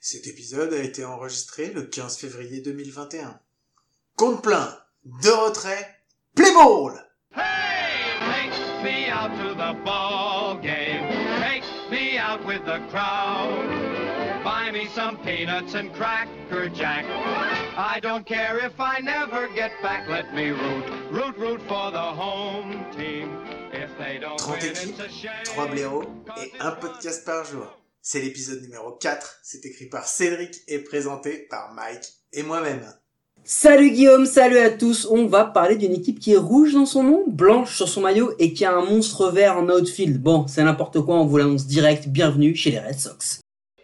Cet épisode a été enregistré le 15 février 2021. Compte plein, de retrait, play ball! Hey, take me out to the ball game. Take me out with the crowd. Buy me some peanuts and cracker jack. I don't care if I never get back. Let me root for the home team. If they don't 30 win, équipes, it's a shame. 3 blaireaux et un podcast par jour. C'est l'épisode numéro 4, c'est écrit par Cédric et présenté par Mike et moi-même. Salut Guillaume, salut à tous. On va parler d'une équipe qui est rouge dans son nom, blanche sur son maillot et qui a un monstre vert en outfield. Bon, c'est n'importe quoi, on vous l'annonce direct. Bienvenue chez les Red Sox.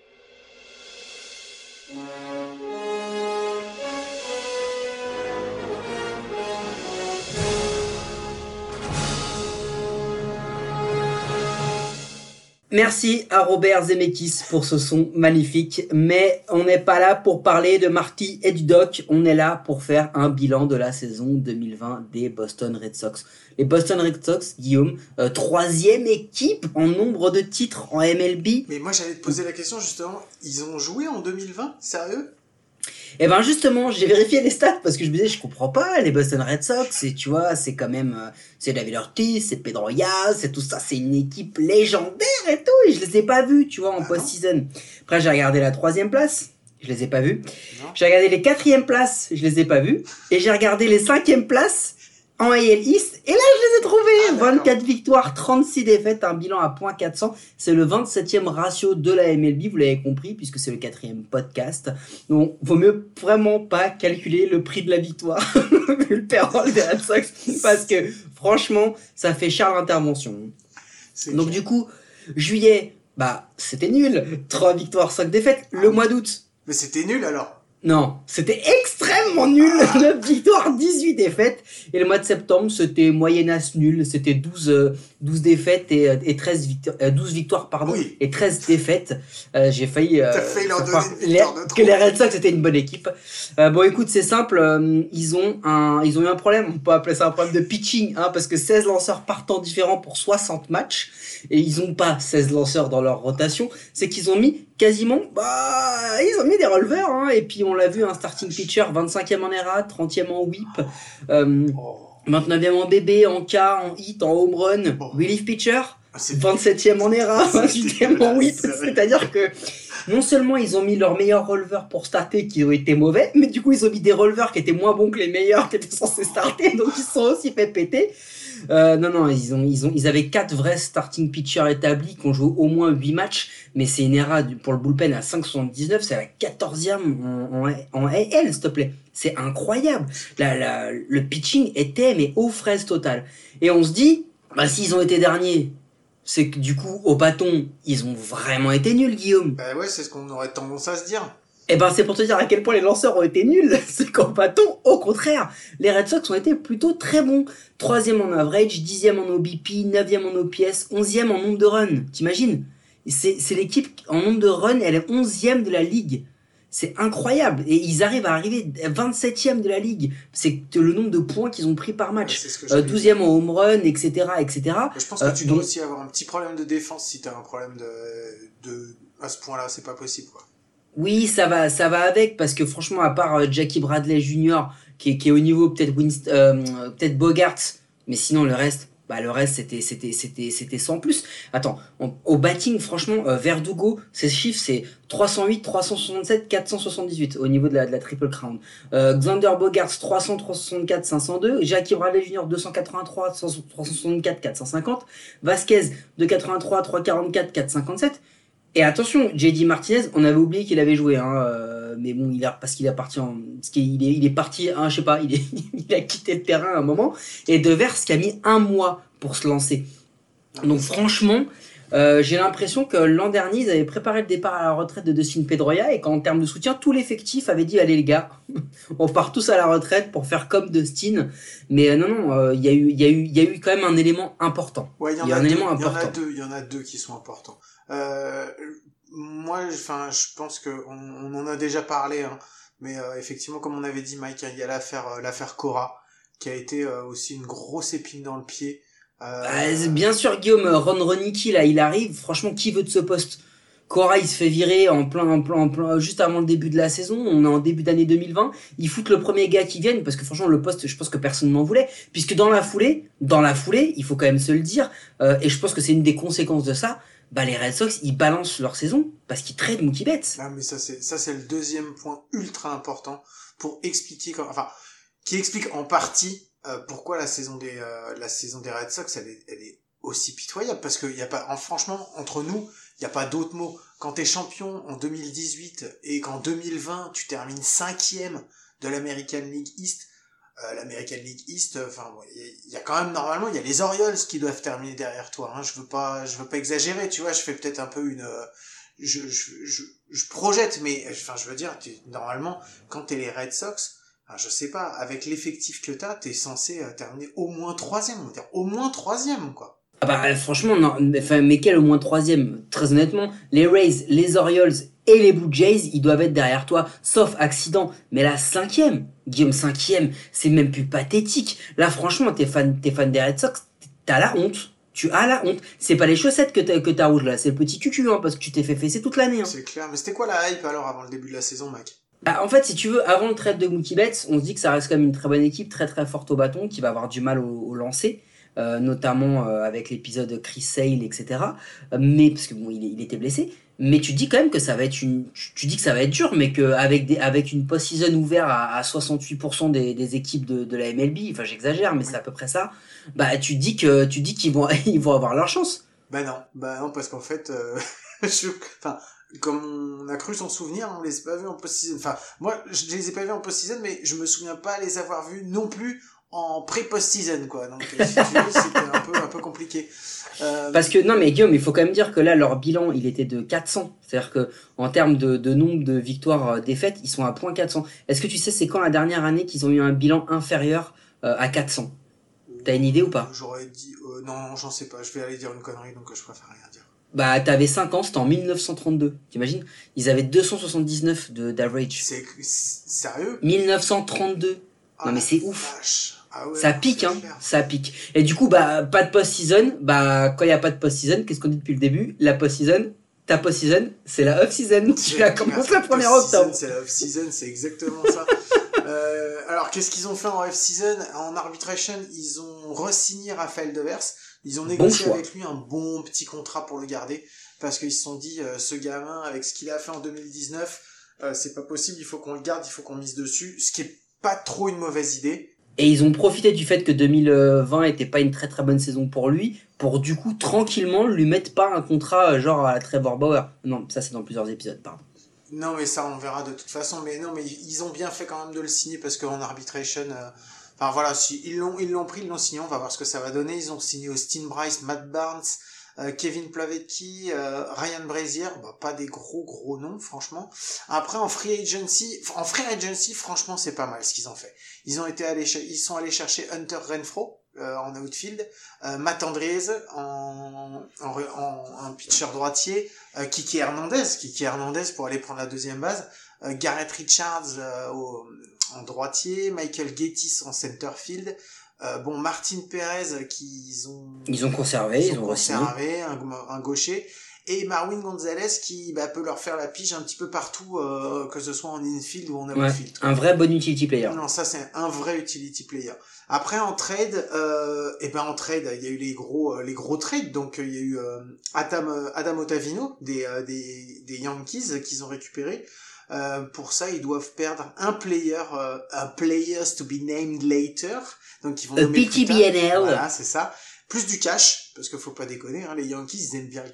Merci à Robert Zemeckis pour ce son magnifique, mais on n'est pas là pour parler de Marty et du Doc, on est là pour faire un bilan de la saison 2020 des Boston Red Sox. Les Boston Red Sox, Guillaume, troisième équipe en nombre de titres en MLB. Mais moi j'allais te poser la question justement, ils ont joué en 2020, sérieux? Et ben justement, j'ai vérifié les stats parce que je me disais, je comprends pas, les Boston Red Sox, et tu vois, c'est quand même, c'est David Ortiz, c'est Pedroia, c'est tout ça, c'est une équipe légendaire et tout, et je les ai pas vus, tu vois, en post-season. Après, j'ai regardé la 3e place, je les ai pas vus. Non. J'ai regardé les 4e places, je les ai pas vus. Et j'ai regardé les 5e places en AL East, et là, je les ai trouvés. 24 victoires, 36 défaites, un bilan à .400. C'est le 27e ratio de la MLB, vous l'avez compris, puisque c'est le 4e podcast. Donc, vaut mieux vraiment pas calculer le prix de la victoire, vu le payroll des Red Sox, parce que, franchement, ça fait cher l'intervention. Donc, du coup, juillet, bah, c'était nul. 3 victoires, 5 défaites. Le mois d'août. Mais c'était nul alors. Non, c'était extrêmement nul. 9 victoires, 18 défaites. Et le mois de septembre, c'était moyennasse nul. C'était 12 défaites et 12 victoires, pardon, Oui. et 13 défaites. J'ai failli, T'as failli leur donner une victoire de trop. que les Red Sox étaient une bonne équipe. Bon, écoute, c'est simple. Ils ont eu un problème. On peut appeler ça un problème de pitching, hein, parce que 16 lanceurs partants différents pour 60 matchs. Et ils ont pas 16 lanceurs dans leur rotation. C'est qu'ils ont mis quasiment, ils ont mis des releveurs, hein, et puis on l'a vu, un starting pitcher, 25e en ERA, 30e en whip, 29e en BB, en K, en hit, en home run, relief pitcher, 27e en ERA, 28e en whip, c'est-à-dire que non seulement ils ont mis leurs meilleurs releveurs pour starter qui ont été mauvais, mais du coup ils ont mis des releveurs qui étaient moins bons que les meilleurs qui étaient censés starter, donc ils se sont aussi fait péter. Non, ils avaient 4 vrais starting pitchers établis qui ont joué au moins 8 matchs, mais c'est une ERA pour le bullpen à 5,79, c'est la 14e en AL, s'il te plaît. C'est incroyable. Le pitching était, mais aux fraises totales. Et on se dit, s'ils ont été derniers, c'est que du coup, au bâton, ils ont vraiment été nuls, Guillaume. Bah ouais, c'est ce qu'on aurait tendance à se dire. C'est pour te dire à quel point les lanceurs ont été nuls. C'est qu'en bâton, au contraire, les Red Sox ont été plutôt très bons. 3e en average, 10e en OBP, 9e en OPS, 11e en nombre de runs. T'imagines? C'est l'équipe en nombre de runs, elle est 11e de la ligue. C'est incroyable. Et ils arrivent à arriver 27e de la ligue. C'est le nombre de points qu'ils ont pris par match. Ouais, 12e en home run, etc., etc. Je pense que tu dois aussi avoir un petit problème de défense si t'as un problème de à ce point-là, c'est pas possible, quoi. Oui, ça va avec, parce que franchement, à part Jackie Bradley Jr., qui est au niveau peut-être Bogarts, mais sinon le reste, c'était sans plus. Attends, au batting, franchement, Verdugo, ses chiffres, c'est 308, 367, 478 au niveau de la Triple Crown. Xander Bogaerts, 300, 364, 502. Jackie Bradley Jr., 283, 364, 450. Vasquez, 283, 344, 457. Et attention, JD Martinez, on avait oublié qu'il avait joué, hein, mais bon, il est parti, hein, je sais pas, il a quitté le terrain à un moment, et Devers qui a mis 1 mois pour se lancer. Donc franchement, j'ai l'impression que l'an dernier, ils avaient préparé le départ à la retraite de Dustin Pedroia, et qu'en termes de soutien, tout l'effectif avait dit, allez les gars, on part tous à la retraite pour faire comme Dustin. Mais non, il y a eu quand même un élément important. Ouais, il y en a deux qui sont importants. Moi, je pense que on en a déjà parlé, hein, mais effectivement, comme on avait dit, Mike, il y a l'affaire Cora, qui a été aussi une grosse épine dans le pied. Bien sûr, Guillaume, Ron Ronicki, là, il arrive. Franchement, qui veut de ce poste? Cora, il se fait virer en plein, juste avant le début de la saison. On est en début d'année 2020. Ils foutent le premier gars qui vienne parce que franchement, le poste, je pense que personne n'en voulait. Puisque dans la foulée, il faut quand même se le dire, et je pense que c'est une des conséquences de ça, bah, les Red Sox, ils balancent leur saison parce qu'ils trade Mookie Betts. Ah, mais ça, c'est le deuxième point ultra important pour expliquer qui explique en partie, pourquoi la saison des Red Sox, elle est aussi pitoyable parce que y a pas, franchement, entre nous, il y a pas d'autre mot. Quand t'es champion en 2018 et qu'en 2020 tu termines 5e de l'American League East, enfin, il y a quand même normalement il y a les Orioles qui doivent terminer derrière toi. Hein. Je veux pas exagérer, tu vois. Je fais peut-être un peu je projette, mais enfin je veux dire, normalement quand t'es les Red Sox, enfin, je sais pas, avec l'effectif que t'es censé terminer au moins 3e, on va dire au moins 3e quoi. Ah bah franchement non, enfin mais quel au moins troisième? Très honnêtement, les Rays, les Orioles et les Blue Jays, ils doivent être derrière toi, sauf accident. Mais la 5e, Guillaume 5e, c'est même plus pathétique. Là franchement, t'es fan des Red Sox, t'as la honte. Tu as la honte. C'est pas les chaussettes que t'as rouges là, c'est le petit cucu hein, parce que tu t'es fait fesser toute l'année. Hein. C'est clair, mais c'était quoi la hype alors avant le début de la saison, Mac? Bah, en fait, si tu veux, avant le trade de Mookie Betts, on se dit que ça reste quand même une très bonne équipe, très très forte au bâton, qui va avoir du mal au lancer. Notamment avec l'épisode Chris Sale, etc. Mais parce que bon, il était blessé. Mais tu dis quand même que ça va être tu dis que ça va être dur, mais que avec une post-season ouverte à 68% des équipes de la MLB, enfin j'exagère, mais c'est à peu près ça. Bah tu dis qu'ils vont ils vont avoir leur chance. Bah non, parce qu'en fait, enfin, comme on a cru s'en souvenir, on les a pas vus en post-season. Enfin, moi, je les ai pas vus en post-season, mais je me souviens pas les avoir vus non plus en pré-post-season, quoi. Donc, si tu veux, c'était un peu compliqué. Parce que, non, mais Guillaume, il faut quand même dire que là, leur bilan, il était de 400. C'est-à-dire que, en termes de nombre de victoires défaites, ils sont à point 400. Est-ce que tu sais, c'est quand la dernière année qu'ils ont eu un bilan inférieur à 400? T'as une idée ou pas? J'aurais dit, non, j'en sais pas. Je vais aller dire une connerie, donc je préfère rien dire. Bah, t'avais 5 ans, c'était en 1932. T'imagines? Ils avaient 279 d'average. C'est sérieux? 1932. Ah, non, mais c'est ouf. Vache. Ah ouais, ça pique, hein. Ça pique. Et du coup, bah, pas de post-season. Bah, quand il y a pas de post-season, qu'est-ce qu'on dit depuis le début? La post-season, ta post-season, c'est la off-season. Tu la commences le 1er octobre. C'est la off-season, c'est exactement ça. Alors, qu'est-ce qu'ils ont fait en off-season? En arbitration, ils ont re-signé Rafael Devers. Ils ont négocié avec lui un bon petit contrat pour le garder. Parce qu'ils se sont dit, ce gamin, avec ce qu'il a fait en 2019, c'est pas possible, il faut qu'on le garde, il faut qu'on mise dessus. Ce qui est pas trop une mauvaise idée. Et ils ont profité du fait que 2020 était pas une très très bonne saison pour lui, pour du coup tranquillement lui mettre pas un contrat genre à la Trevor Bauer. Non, ça c'est dans plusieurs épisodes, pardon. Non, mais ça on verra de toute façon. Mais non, mais ils ont bien fait quand même de le signer parce qu'en arbitration, enfin voilà, si ils l'ont pris, ils l'ont signé. On va voir ce que ça va donner. Ils ont signé Austin Bryce, Matt Barnes, Kevin Plawecki, Ryan Brazier, bah, pas des gros noms franchement. Après en free agency, franchement c'est pas mal ce qu'ils ont fait. Ils sont allés chercher Hunter Renfroe en outfield, Matt Andriese en pitcher droitier, Kiki Hernandez pour aller prendre la deuxième base, Garrett Richards en droitier, Michael Gatis en center field. Martin Perez qu'ils ont conservé, un gaucher, et Marwin Gonzalez qui peut leur faire la pige un petit peu partout, que ce soit en infield ou en outfield. Un vrai bon utility player. Non, ça c'est un vrai utility player. Après en trade, il y a eu les gros trades, donc il y a eu Adam Ottavino des Yankees qu'ils ont récupéré. Pour ça, ils doivent perdre un players to be named later. Donc ils vont nommer PTBNL. Voilà, c'est ça. Plus du cash, parce qu'il faut pas déconner, hein, les Yankees, ils aiment bien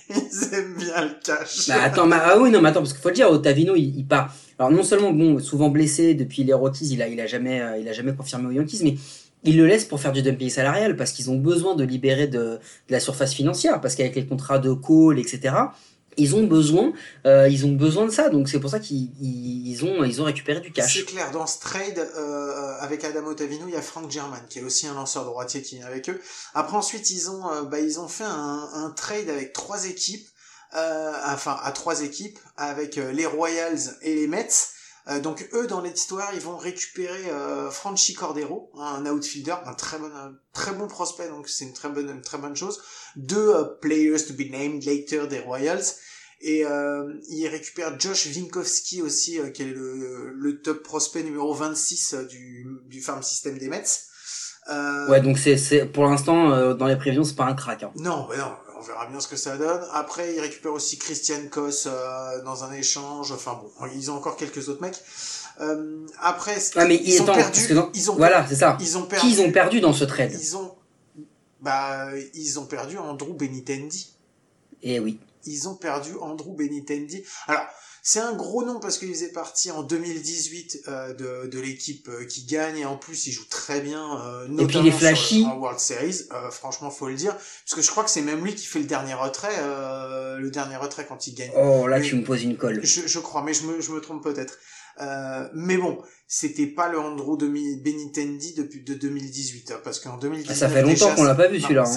le cash. Bah attends, mais attends, parce qu'il faut le dire, Ottavino, il part. Alors non seulement, souvent blessé depuis les Rockies, il a jamais confirmé aux Yankees, mais ils le laissent pour faire du dumping salarial, parce qu'ils ont besoin de libérer de la surface financière, parce qu'avec les contrats de Cole, etc., ils ont besoin de ça, donc c'est pour ça qu'ils ont récupéré du cash. C'est clair, dans ce trade avec Adam Ottavino, il y a Frank German qui est aussi un lanceur droitier qui vient avec eux. Après ensuite ils ont fait un trade avec trois équipes, à trois équipes avec les Royals et les Mets. Donc eux dans l'histoire ils vont récupérer Franchy Cordero, un outfielder, un très bon prospect, donc c'est une très bonne chose. Deux players to be named later des Royals. Et il récupère Josh Winkowski aussi, qui est le top prospect numéro 26 du farm system des Mets. Ouais, donc c'est pour l'instant dans les prévisions, c'est pas un crack. Hein. Non, on verra bien ce que ça donne. Après, il récupère aussi Christian Koss dans un échange. Enfin bon, ils ont encore quelques autres mecs. Après, mais ils ont perdu. Voilà, c'est ça. Ils ont perdu. Qui ils ont perdu dans ce trade? Ils ont perdu Andrew Benintendi. Eh oui. Ils ont perdu Andrew Benintendi. Alors, c'est un gros nom parce qu'il faisait partie en 2018 de l'équipe qui gagne, et en plus il joue très bien, notamment et puis il est flashy en World Series. Franchement, faut le dire, parce que je crois que c'est même lui qui fait le dernier retrait quand il gagne. Oh là, tu me poses une colle. Je crois, mais je me trompe peut-être. Mais bon, c'était pas le Andrew Benintendi depuis de 2018, parce qu'en 2019 ça fait longtemps qu'on l'a pas vu celui-là.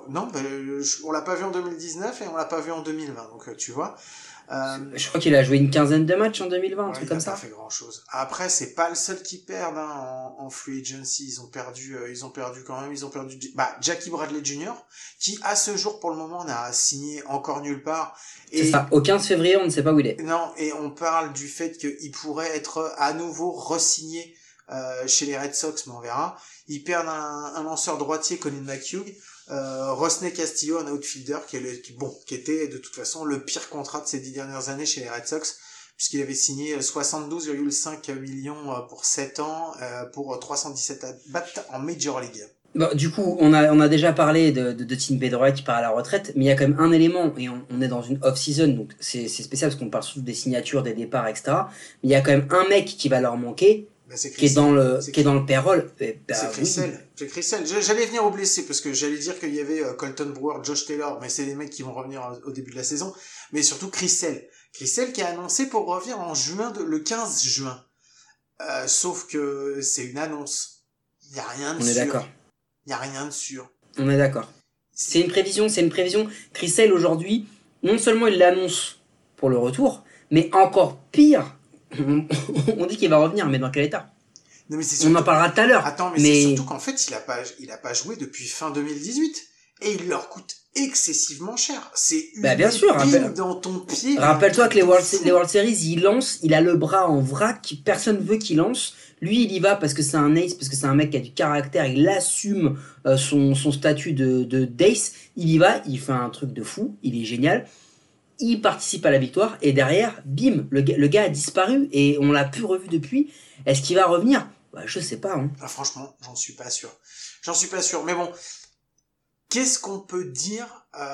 On l'a pas vu en 2019 et on l'a pas vu en 2020, donc tu vois. Je crois qu'il a joué une quinzaine de matchs en 2020, un truc comme ça. Il a pas fait grand chose. Après, c'est pas le seul qui perd en free agency. Ils ont perdu quand même. Ils ont perdu Jackie Bradley Jr. qui à ce jour pour le moment n'a signé encore nulle part. C'est ça. Au 15 février, on ne sait pas où il est. Non, et on parle du fait qu'il pourrait être à nouveau re-signé chez les Red Sox, mais on verra. Ils perdent un lanceur droitier, Colin McHugh. Rosney Castillo, un outfielder qui était de toute façon le pire contrat de ces 10 dernières années chez les Red Sox, puisqu'il avait signé 72,5 millions pour 7 ans pour 317 at-bats en Major League. Bon, du coup, on a déjà parlé de Tim Bedroy qui part à la retraite, mais il y a quand même un élément, et on est dans une off-season, donc c'est spécial parce qu'on parle surtout des signatures, des départs, etc. Mais il y a quand même un mec qui va leur manquer, qui est dans le payroll. C'est Chrissel. J'allais venir aux blessés parce que j'allais dire qu'il y avait Colton Brewer, Josh Taylor, mais c'est des mecs qui vont revenir au début de la saison. Mais surtout Chrissel qui a annoncé pour revenir le 15 juin. Sauf que c'est une annonce. Il y a rien de sûr. On est d'accord. Il y a rien de sûr. On est d'accord. C'est une prévision. Chrissel aujourd'hui, non seulement il l'annonce pour le retour, mais encore pire. On dit qu'il va revenir, mais dans quel état? Non, mais surtout... On en parlera tout à l'heure. Attends, mais c'est surtout qu'en fait, il a pas joué depuis fin 2018. Et il leur coûte excessivement cher. C'est une épine dans ton pied. Rappelle-toi que les World Series, il a le bras en vrac, personne veut qu'il lance. Lui, il y va parce que c'est un ace, parce que c'est un mec qui a du caractère, il assume son statut de d'ace. Il y va, il fait un truc de fou, il est génial. Il participe à la victoire et derrière, bim, le gars a disparu et on l'a plus revu depuis. Est-ce qu'il va revenir? Je sais pas. Hein. Franchement, j'en suis pas sûr. Mais bon, qu'est-ce qu'on peut dire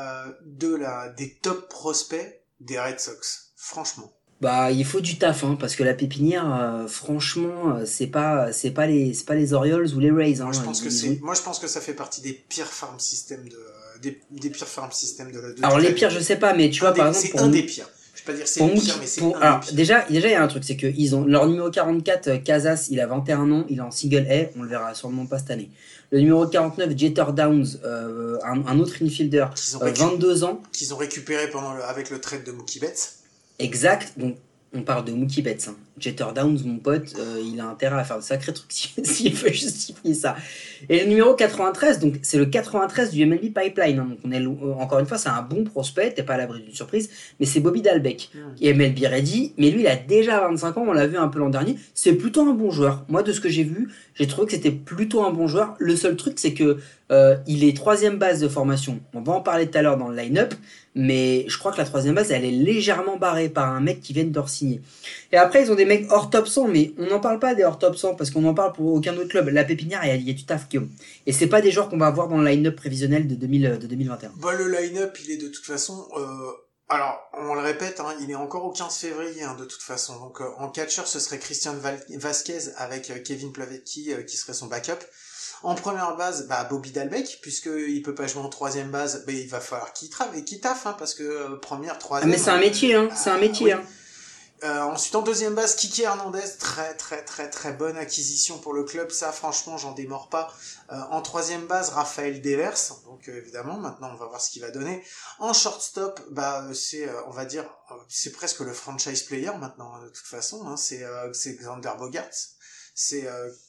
des top prospects des Red Sox? Franchement. Il faut du taf, hein, parce que la pépinière, franchement, c'est pas les Orioles ou les Rays. Hein, moi, je pense que ça fait partie des pires farm systems des pires farm systems de alors les pires, je sais pas, mais tu vois, par exemple, c'est un des pires. Je vais pas dire c'est le pire, mais c'est un des pires. Déjà, il y a un truc, c'est que ils ont leur numéro 44, Casas, il a 21 ans, il est en single A, on le verra sûrement pas cette année. Le numéro 49, Jeter Downs, un autre infielder, 22 ans. Qu'ils ont récupéré avec le trade de Mookie Betts. Exact, donc on parle de Mookie Betts. Hein. Jeter Downs, mon pote, il a intérêt à faire de sacrés trucs s'il veut justifier ça. Et le numéro 93, donc c'est le 93 du MLB Pipeline. Hein. Donc on est encore une fois, c'est un bon prospect, t'es pas à l'abri d'une surprise, mais c'est Bobby Dalbec, qui est MLB ready, mais lui il a déjà 25 ans, on l'a vu un peu l'an dernier. C'est plutôt un bon joueur. Moi, de ce que j'ai vu, j'ai trouvé que c'était plutôt un bon joueur. Le seul truc, c'est que il est 3e base de formation. On va en parler tout à l'heure dans le line-up, mais je crois que la 3e base, elle est légèrement barrée par un mec qui vient de re-signer. Et après, ils ont des mecs hors top 100, mais on n'en parle pas des hors top 100 parce qu'on n'en parle pour aucun autre club. La pépinière, il y a du taf, Guillaume. Et c'est pas des joueurs qu'on va avoir dans le line-up prévisionnel de 2021. Le line-up, il est de toute façon... Alors, on le répète, hein, il est encore au 15 février, hein, de toute façon. Donc, en catcher, ce serait Christian Vasquez avec Kevin Plawecki qui serait son backup. En première base, Bobby Dalbec, puisqu'il peut pas jouer en 3e base, il va falloir qu'il taffe, hein, parce que première, 3e... mais c'est un métier, hein, oui. Hein. Ensuite, en 2e base, Kiki Hernandez, très très très très bonne acquisition pour le club, ça franchement j'en démords pas. En 3e base, Raphaël Devers, donc évidemment maintenant on va voir ce qu'il va donner. En shortstop, c'est on va dire c'est presque le franchise player maintenant de toute façon, hein, c'est Xander Bogaerts, c'est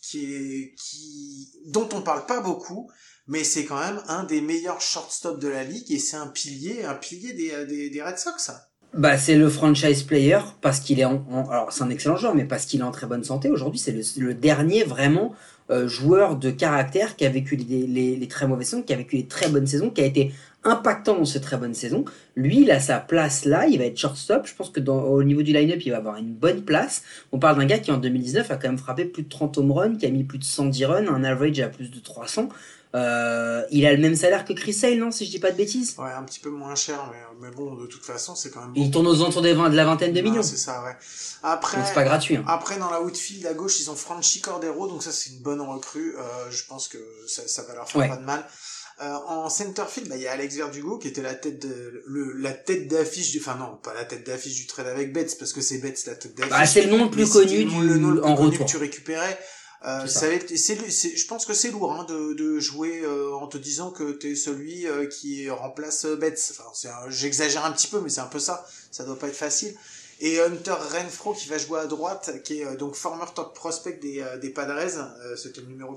dont on parle pas beaucoup, mais c'est quand même un des meilleurs shortstop de la ligue et c'est un pilier des Red Sox. Bah, c'est le franchise player parce qu'il est alors c'est un excellent joueur, mais parce qu'il est en très bonne santé. Aujourd'hui, c'est le dernier vraiment joueur de caractère qui a vécu les très mauvaises saisons, qui a vécu les très bonnes saisons, qui a été impactant dans ces très bonnes saisons. Lui, il a sa place là, il va être shortstop. Je pense que au niveau du line-up, il va avoir une bonne place. On parle d'un gars qui en 2019 a quand même frappé plus de 30 home runs, qui a mis plus de 110 runs, un average à plus de 300. Il a le même salaire que Chris Sale, non, si je dis pas de bêtises. Ouais, un petit peu moins cher, mais bon, de toute façon, c'est quand même Il tourne aux alentours de la vingtaine de millions. C'est ça, ouais. Après, donc c'est pas gratuit. Hein. Après, dans la outfield à gauche, ils ont Franchi Cordero, donc ça, c'est une bonne recrue. Je pense que ça va leur faire pas de mal. En centerfield, il y a Alex Verdugo qui était la tête d'affiche enfin non, pas la tête d'affiche du trade avec Betts, parce que c'est Betts la tête d'affiche. C'est le nom le plus connu en retour. Que tu récupérais. Je pense que c'est lourd, hein, de jouer en te disant que t'es celui qui remplace Betts. Enfin, j'exagère un petit peu, mais c'est un peu ça. Ça doit pas être facile. Et Hunter Renfroe qui va jouer à droite, qui est donc former top prospect des Padres. C'était le numéro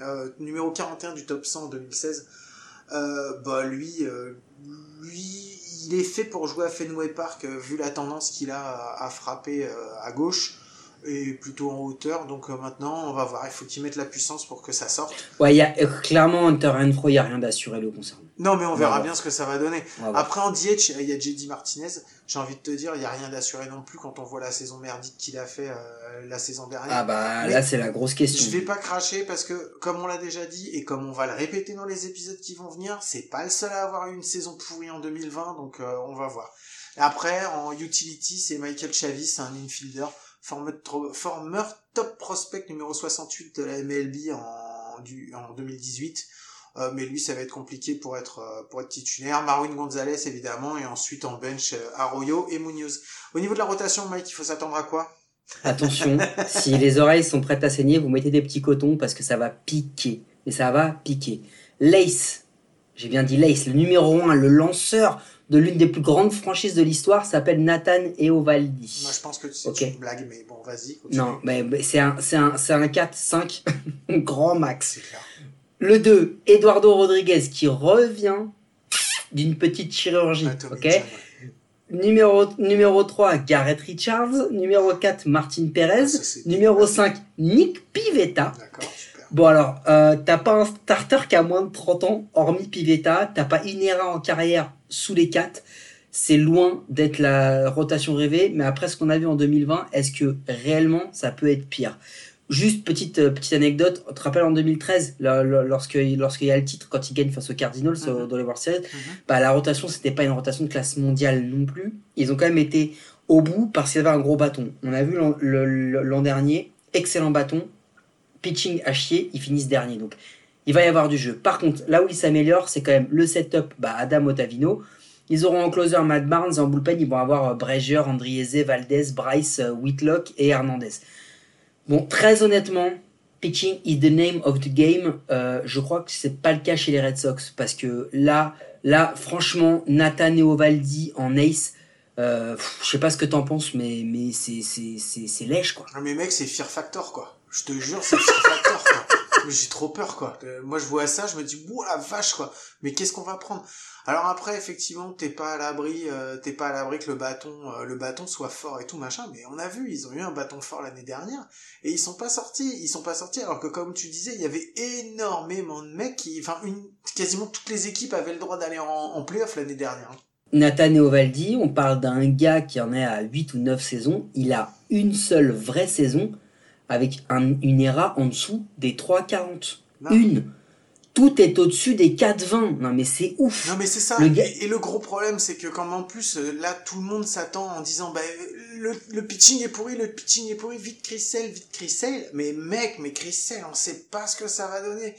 41 du top 100 en 2016. Lui, il est fait pour jouer à Fenway Park, vu la tendance qu'il a à frapper à gauche. Et plutôt en hauteur, donc maintenant on va voir, il faut qu'il mette la puissance pour que ça sorte. Ouais, il y a clairement Hunter Renfroe, il n'y a rien d'assuré le concernant. Non, mais on verra bien ce que ça va donner. Après en DH, il y a JD Martinez, j'ai envie de te dire, il n'y a rien d'assuré non plus quand on voit la saison merdique qu'il a fait la saison dernière. Mais là c'est la grosse question. Je vais pas cracher parce que, comme on l'a déjà dit et comme on va le répéter dans les épisodes qui vont venir, c'est pas le seul à avoir eu une saison pourrie en 2020, donc on va voir. Et après, en utility, c'est Michael Chavis, un infielder. Former top prospect numéro 68 de la MLB en 2018. Mais lui, ça va être compliqué pour être titulaire. Marwin Gonzalez, évidemment. Et ensuite, en bench, Arroyo et Munoz. Au niveau de la rotation, Mike, il faut s'attendre à quoi? Attention, si les oreilles sont prêtes à saigner, vous mettez des petits cotons parce que ça va piquer. Et ça va piquer. Lace, j'ai bien dit Lace, le numéro 1, le lanceur de l'une des plus grandes franchises de l'histoire, s'appelle Nathan Eovaldi. Moi, je pense que c'est une blague, mais bon, vas-y, continue. Non, mais c'est un 4-5 grand max. C'est clair. Le 2, Eduardo Rodriguez, qui revient d'une petite chirurgie. Numéro 3, Garrett Richards. Numéro 4, Martin Perez. Numéro 5, Nick Pivetta. D'accord, super. Bon alors, t'as pas un starter qui a moins de 30 ans, hormis Pivetta. T'as pas Inera en carrière sous les 4. C'est loin d'être la rotation rêvée. Mais après ce qu'on a vu en 2020, est-ce que réellement ça peut être pire? Juste petite anecdote, tu te rappelles en 2013, lorsqu'il y a le titre, quand ils gagnent face aux Cardinals dans les World Series, la rotation, c'était pas une rotation de classe mondiale non plus. Ils ont quand même été au bout parce qu'il y avait un gros bâton. On a vu l'an dernier, excellent bâton, pitching à chier, ils finissent dernier. Donc il va y avoir du jeu. Par contre, là où ils s'améliorent, c'est quand même le setup, Adam Ottavino. Ils auront en closer Matt Barnes, en bullpen, ils vont avoir Breger, Andriese, Valdez, Bryce, Whitlock et Hernandez. Bon, très honnêtement, pitching is the name of the game. Je crois que c'est pas le cas chez les Red Sox parce que là, franchement, Nathan Eovaldi en ace, je sais pas ce que t'en penses, mais c'est lèche quoi. Mais mec, c'est Fear Factor quoi. Je te jure, c'est Fear Factor quoi. Mais j'ai trop peur quoi. Moi, je vois ça, je me dis, ouah la vache quoi. Mais qu'est-ce qu'on va prendre? Alors après, effectivement, t'es pas à l'abri que le bâton soit fort et tout machin, mais on a vu, ils ont eu un bâton fort l'année dernière, et ils sont pas sortis, alors que comme tu disais, il y avait énormément de mecs quasiment toutes les équipes avaient le droit d'aller en play-off l'année dernière. Nathan Eovaldi, on parle d'un gars qui en est à 8 ou 9 saisons, il a une seule vraie saison, avec une ERA en dessous des 3,40. Non. Tout est au-dessus des 4,20. Non mais c'est ouf. Non mais c'est ça. Et le gros problème c'est que quand en plus là tout le monde s'attend en disant le pitching est pourri, vite Chris Sale. Mais mec, Chris Sale, on sait pas ce que ça va donner.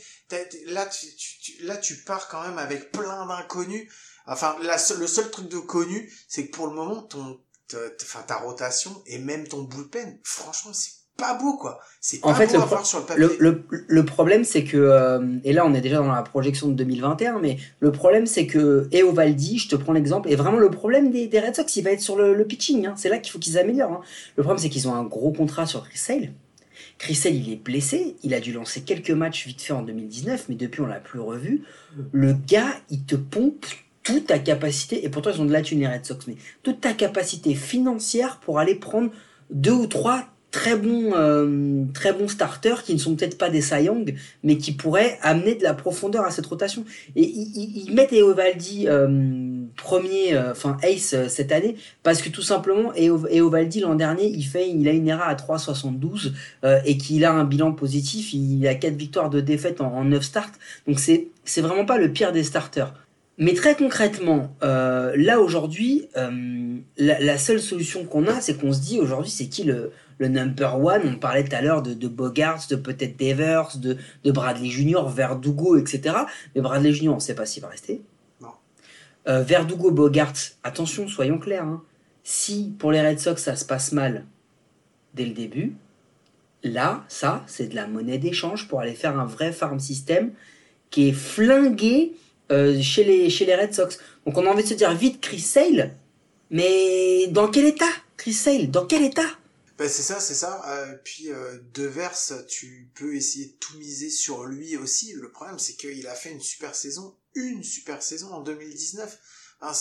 Là tu pars quand même avec plein d'inconnus. Enfin le seul truc de connu, c'est que pour le moment ta rotation et même ton bullpen, franchement c'est pas beau quoi. C'est pas beau à voir sur le papier. Le problème c'est que et là on est déjà dans la projection de 2021, mais le problème c'est que Eovaldi, je te prends l'exemple, et vraiment le problème des Red Sox, il va être sur le pitching, hein. C'est là qu'il faut qu'ils améliorent, hein. Le problème c'est qu'ils ont un gros contrat sur Chris Sale. Chris Sale, il est blessé, il a dû lancer quelques matchs vite fait en 2019, mais depuis on l'a plus revu. Le gars, il te pompe toute ta capacité, et pourtant ils ont de la thune les Red Sox, mais toute ta capacité financière pour aller prendre 2 ou 3 très bons starters qui ne sont peut-être pas des Cy Young, mais qui pourraient amener de la profondeur à cette rotation. Et ils mettent Eovaldi premier, ace cette année, parce que tout simplement, Eovaldi l'an dernier, il a une ERA à 3,72 et qu'il a un bilan positif, il a 4 victoires de défaite en 9 starts, donc c'est vraiment pas le pire des starters. Mais très concrètement, là aujourd'hui, la seule solution qu'on a, c'est qu'on se dit aujourd'hui, c'est qui le number one. On parlait tout à l'heure de Bogaerts, de peut-être Devers, de Bradley Jr., Verdugo, etc. Mais Bradley Jr., on ne sait pas s'il va rester. Non. Verdugo, Bogaerts, attention, soyons clairs. Hein. Si pour les Red Sox, ça se passe mal dès le début, là, ça, c'est de la monnaie d'échange pour aller faire un vrai farm system qui est flingué chez les Red Sox. Donc on a envie de se dire vite Chris Sale, mais dans quel état Chris Sale, dans quel état? C'est ça. Puis Devers, tu peux essayer de tout miser sur lui aussi. Le problème, c'est qu'il a fait une super saison en 2019. Hein,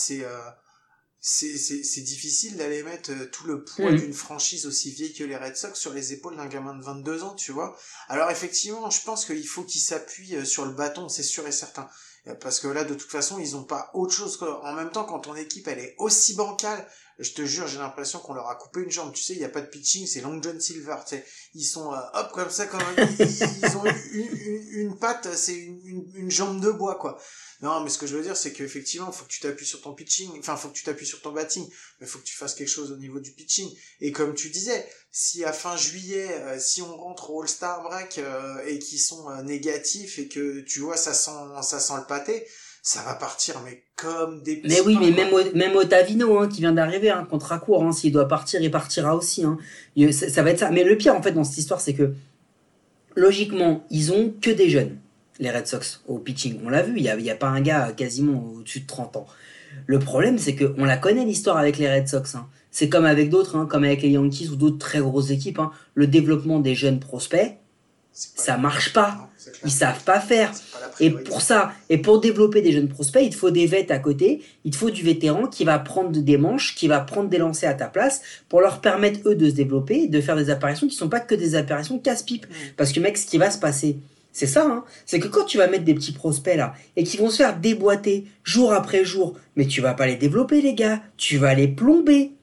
c'est difficile d'aller mettre tout le poids d'une franchise aussi vieille que les Red Sox sur les épaules d'un gamin de 22 ans, tu vois. Alors effectivement, je pense qu'il faut qu'il s'appuie sur le bâton, c'est sûr et certain. Parce que là, de toute façon, ils ont pas autre chose en même temps, quand ton équipe, elle est aussi bancale, je te jure, j'ai l'impression qu'on leur a coupé une jambe. Tu sais, il y a pas de pitching, c'est Long John Silver, tu sais. Ils sont, hop, comme ça, ils ont une patte, c'est une jambe de bois, quoi. Non, mais ce que je veux dire, c'est qu'effectivement, faut que tu t'appuies sur ton pitching, faut que tu t'appuies sur ton batting, mais faut que tu fasses quelque chose au niveau du pitching. Et comme tu disais, si à fin juillet, si on rentre au All-Star Break, et qu'ils sont négatifs, et que, tu vois, ça sent le pâté, ça va partir, mais comme des petits. Mais oui, mais même Ottavino, hein, qui vient d'arriver, hein, contrat court, hein, s'il doit partir, il partira aussi, hein. Ça va être ça. Mais le pire, en fait, dans cette histoire, c'est que, logiquement, ils ont que des jeunes, les Red Sox, au pitching. On l'a vu, il y a pas un gars quasiment au-dessus de 30 ans. Le problème, c'est que on la connaît, l'histoire avec les Red Sox, hein. C'est comme avec d'autres, hein, comme avec les Yankees ou d'autres très grosses équipes, hein. Le développement des jeunes prospects, ça marche pas. Non, ils savent pas faire. Et pour ça, et pour développer des jeunes prospects, il te faut des vets à côté, il te faut du vétéran qui va prendre des manches, qui va prendre des lancers à ta place pour leur permettre, eux, de se développer, de faire des apparitions qui sont pas que des apparitions casse-pipe. Parce que, mec, ce qui va se passer, c'est ça, hein. C'est que quand tu vas mettre des petits prospects là, et qui vont se faire déboîter jour après jour, mais tu vas pas les développer, les gars, tu vas les plomber.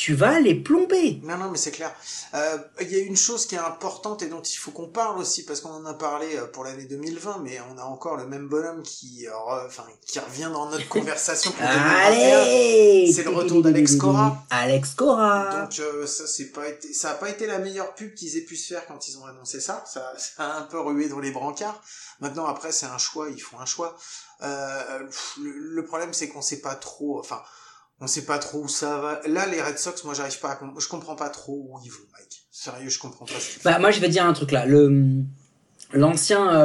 Non, mais c'est clair. Il y a une chose qui est importante et dont il faut qu'on parle aussi, parce qu'on en a parlé pour l'année 2020, mais on a encore le même bonhomme qui revient dans notre conversation pour 2021. C'est le retour d'Alex Cora. Donc ça a pas été la meilleure pub qu'ils aient pu se faire quand ils ont annoncé ça. Ça a un peu rué dans les brancards. Maintenant, après, c'est un choix, ils font un choix. Le problème, c'est qu'on sait pas trop, on sait pas trop où ça va. Là, les Red Sox, moi, je comprends pas trop où ils vont, Mike. Sérieux, je comprends pas. Moi, je vais dire un truc là. L'ancien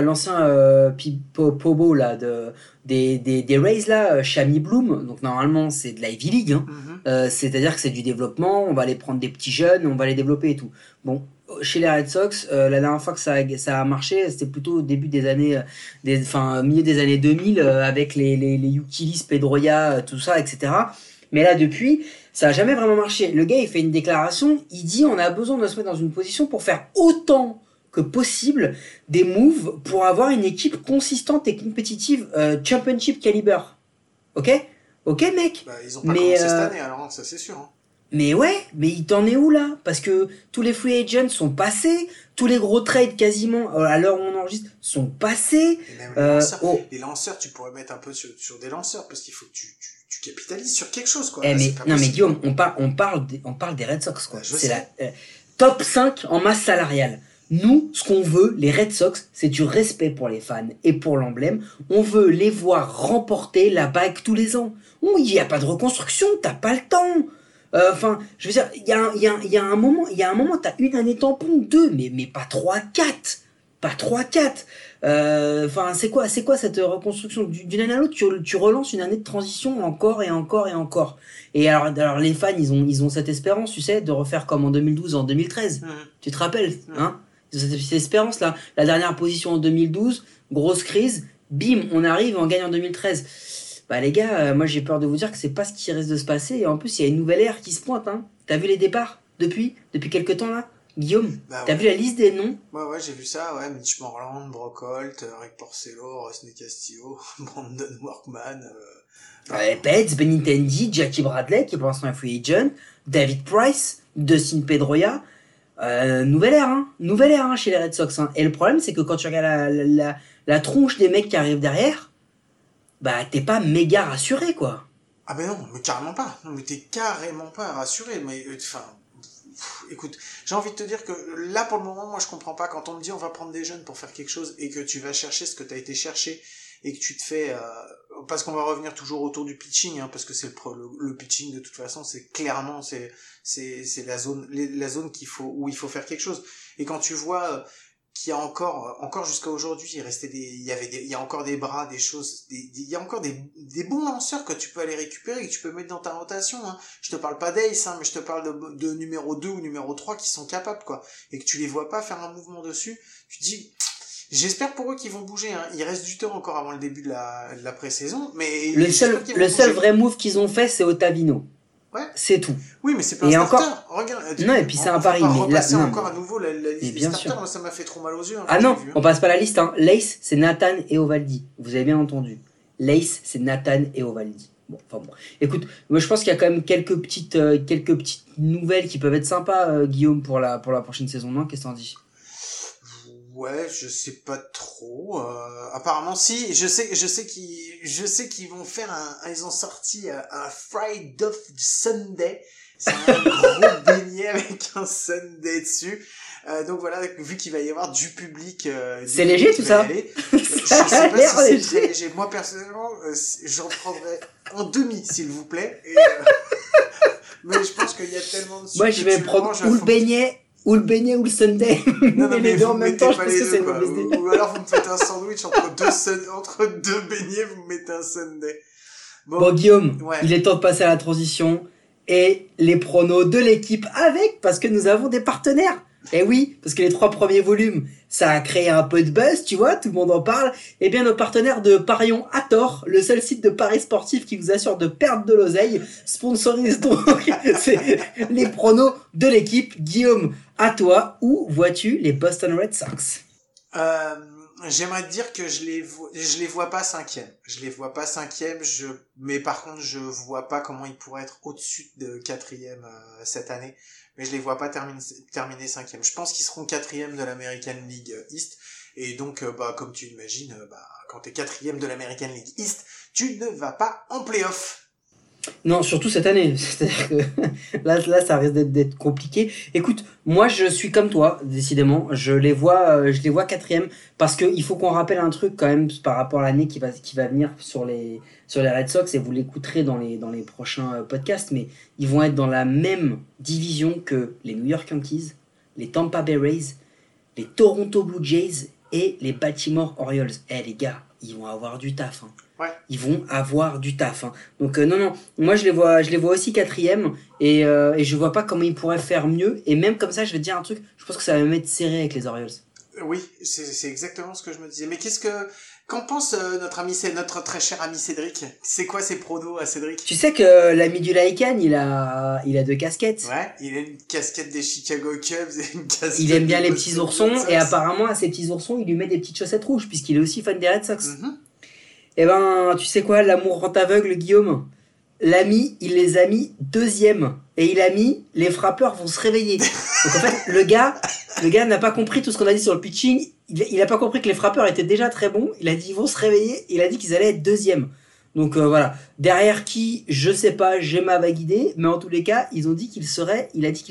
Pobo là des Rays là, Shami Bloom. Donc normalement, c'est de la Ivy League. Hein. C'est-à-dire que c'est du développement. On va aller prendre des petits jeunes, on va les développer et tout. Bon, chez les Red Sox, la dernière fois que ça a marché, c'était plutôt au début des années, milieu des années 2000, avec les Youkilis, Pedroia, tout ça, etc. Mais là, depuis, ça a jamais vraiment marché. Le gars, il fait une déclaration, il dit on a besoin de se mettre dans une position pour faire autant que possible des moves pour avoir une équipe consistante et compétitive championship caliber. Ok, mec. Ils ont pas commencé cette année, alors ça c'est sûr. Hein. Mais ouais, mais il t'en est où là? Parce que tous les free agents sont passés, tous les gros trades quasiment à l'heure où on enregistre sont passés. Et même les lanceurs, tu pourrais mettre un peu sur des lanceurs parce qu'il faut que tu capitalises sur quelque chose, quoi. Mais Guillaume, on parle des Red Sox, quoi. C'est la top 5 en masse salariale. Nous, ce qu'on veut, les Red Sox, c'est du respect pour les fans et pour l'emblème. On veut les voir remporter la bague tous les ans. Il n'y a pas de reconstruction, t'as pas le temps. Je veux dire, il y a un moment, t'as une année tampon, 2, mais pas 3, 4. Pas 3, 4. C'est quoi cette reconstruction? D'une année à l'autre, tu relances une année de transition encore et encore et encore. Et alors les fans, ils ont cette espérance, tu sais, de refaire comme en 2012, en 2013. Tu te rappelles, hein? Ils ont cette espérance là. La dernière position en 2012, grosse crise, bim, on arrive, on gagne en 2013. Bah les gars, moi j'ai peur de vous dire que c'est pas ce qui risque de se passer. Et en plus, il y a une nouvelle ère qui se pointe. Hein. T'as vu les départs depuis quelques temps là, Guillaume? T'as vu la liste des noms? Ouais, j'ai vu ça, ouais. Mitch Moreland, Brock Holt, Rick Porcello, Rusney Castillo, Brandon Workman. Pets, Benintendi, Jackie Bradley, qui est pour l'instant un free agent, David Price, Dustin Pedroia. Nouvelle ère hein, chez les Red Sox. Hein. Et le problème, c'est que quand tu regardes la tronche des mecs qui arrivent derrière, bah t'es pas méga rassuré, quoi. Ah ben non, mais carrément pas. Non, mais t'es carrément pas rassuré. Mais enfin, écoute, j'ai envie de te dire que là, pour le moment, moi, je comprends pas. Quand on me dit on va prendre des jeunes pour faire quelque chose et que tu vas chercher ce que t'as été chercher et que tu te fais... parce qu'on va revenir toujours autour du pitching, hein, parce que c'est le pitching, de toute façon, c'est clairement c'est la zone où il faut faire quelque chose. Et quand tu vois qu'il y a encore jusqu'à aujourd'hui, il y a encore des bras, des choses, il y a encore des bons lanceurs que tu peux aller récupérer et que tu peux mettre dans ta rotation, hein. Je te parle pas d'Ace, hein, mais je te parle de numéro 2 ou numéro 3 qui sont capables, quoi. Et que tu les vois pas faire un mouvement dessus, tu te dis, j'espère pour eux qu'ils vont bouger, hein. Il reste du temps encore avant le début de la pré-saison, mais le seul vrai move qu'ils ont fait, c'est Ottavino. Ouais. C'est tout. Oui, mais c'est pas un starter. Encore... Regarde. Non, et puis c'est un pari. Mais là, non, encore à nouveau la liste des starters. Sûr. Moi, ça m'a fait trop mal aux yeux. Hein, ah non, vu, hein. On passe pas la liste. Hein. Lace, c'est Nathan et Ovaldi. Vous avez bien entendu. Lace, c'est Nathan et Ovaldi. Bon. Écoute, moi je pense qu'il y a quand même quelques petites nouvelles qui peuvent être sympas, Guillaume, pour la prochaine saison. Non, qu'est-ce que t'en dis? Ouais, je sais pas trop. Apparemment, si. Je sais qu'ils vont faire ils ont sorti un Fried Off Sunday. C'est un gros beignet avec un Sunday dessus. Donc voilà, vu qu'il va y avoir du public. C'est léger tout ça. Je sais pas si c'est léger. Moi personnellement, j'en prendrais en demi, s'il vous plaît. Mais je pense qu'il y a tellement de. Moi, je vais prendre ou le beignet. Ou le beignet ou le sundae. Non, mais les deux en même temps, je pense que c'est une mauvaise idée. Ou alors vous me faites un sandwich entre deux beignets, vous me mettez un sundae. Bon Guillaume, il est temps de passer à la transition et les pronos de l'équipe parce que nous avons des partenaires. Et oui, parce que les 3 premiers volumes, ça a créé un peu de buzz, tu vois, tout le monde en parle. Eh bien, nos partenaires de Parions à tort, le seul site de paris sportif qui vous assure de perdre de l'oseille, sponsorise donc les pronos de l'équipe. Guillaume, à toi, où vois-tu les Boston Red Sox? J'aimerais te dire que je les vois pas 5e. Je les vois pas 5e, mais par contre, je vois pas comment ils pourraient être au-dessus de 4e cette année. Mais je les vois pas terminer 5e. Je pense qu'ils seront 4e de l'American League East. Et donc, comme tu imagines, quand t'es 4e de l'American League East, tu ne vas pas en play-off. Non, surtout cette année. C'est-à-dire que là, ça risque d'être compliqué. Écoute, moi, je suis comme toi, décidément. Je les vois 4e parce que il faut qu'on rappelle un truc quand même par rapport à l'année qui va venir sur les Red Sox, et vous l'écouterez dans les prochains podcasts, mais ils vont être dans la même division que les New York Yankees, les Tampa Bay Rays, les Toronto Blue Jays et les Baltimore Orioles. Les gars, ils vont avoir du taf. Hein. Ouais. Ils vont avoir du taf. Hein. Donc non, moi je les vois aussi 4e et je vois pas comment ils pourraient faire mieux. Et même comme ça, je vais te dire un truc, je pense que ça va même être serré avec les Orioles. Oui, c'est exactement ce que je me disais. Mais qu'en pense notre très cher ami Cédric? C'est quoi ses pronos à Cédric? Tu sais que l'ami du Lycan, il a 2 casquettes. Ouais, il a une casquette des Chicago Cubs et une casquette. Il aime bien les petits oursons et apparemment à ces petits oursons, il lui met des petites chaussettes rouges puisqu'il est aussi fan des Red Sox. Mm-hmm. Eh ben, tu sais quoi, l'amour rend aveugle, Guillaume. L'ami, il les a mis 2e. Et il a mis, les frappeurs vont se réveiller. Donc en fait, le gars n'a pas compris tout ce qu'on a dit sur le pitching. Il a pas compris que les frappeurs étaient déjà très bons. Il a dit, ils vont se réveiller. Il a dit qu'ils allaient être 2e. Donc voilà. Derrière qui, je sais pas, j'ai ma vague idée. Mais en tous les cas, il a dit qu'il serait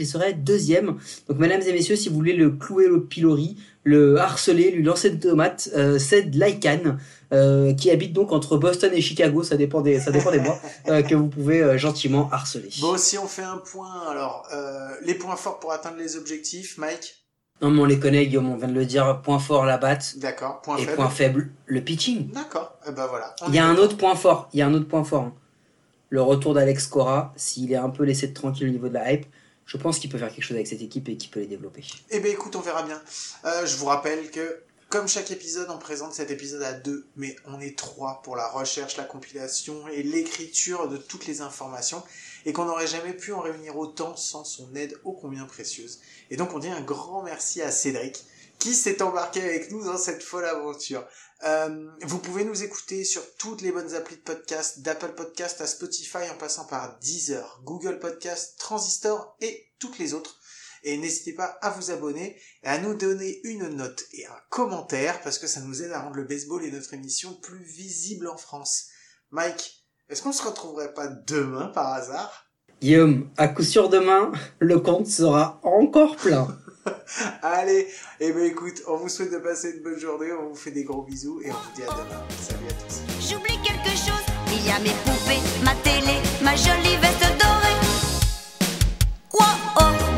2e. Donc mesdames et messieurs, si vous voulez le clouer au pilori, le harceler, lui lancer de tomates, c'est Lycan. Qui habite donc entre Boston et Chicago, ça dépend des mois, que vous pouvez gentiment harceler. Bon, si on fait un point, alors les points forts pour atteindre les objectifs, Mike? Non, mais on les connaît, Guillaume, on vient de le dire. Point fort, la batte. D'accord. Point faible, le pitching. D'accord. Voilà. Il y a un autre point fort. Hein. Le retour d'Alex Cora, s'il est un peu laissé tranquille au niveau de la hype, je pense qu'il peut faire quelque chose avec cette équipe et qu'il peut les développer. Écoute, on verra bien. Je vous rappelle que Comme chaque épisode, on présente cet épisode à 2, mais on est 3 pour la recherche, la compilation et l'écriture de toutes les informations, et qu'on n'aurait jamais pu en réunir autant sans son aide ô combien précieuse. Et donc on dit un grand merci à Cédric, qui s'est embarqué avec nous dans cette folle aventure. Vous pouvez nous écouter sur toutes les bonnes applis de podcast, d'Apple Podcast à Spotify, en passant par Deezer, Google Podcast, Transistor et toutes les autres. Et n'hésitez pas à vous abonner et à nous donner une note et un commentaire, parce que ça nous aide à rendre le baseball et notre émission plus visible en France. Mike, est-ce qu'on se retrouverait pas demain par hasard? Guillaume, à coup sûr demain, le compte sera encore plein. Allez, eh ben écoute, on vous souhaite de passer une bonne journée, on vous fait des gros bisous et on vous dit à demain. Salut à tous. J'oublie quelque chose, il y a mes poupées, ma télé, ma jolie veste dorée. Wow, oh.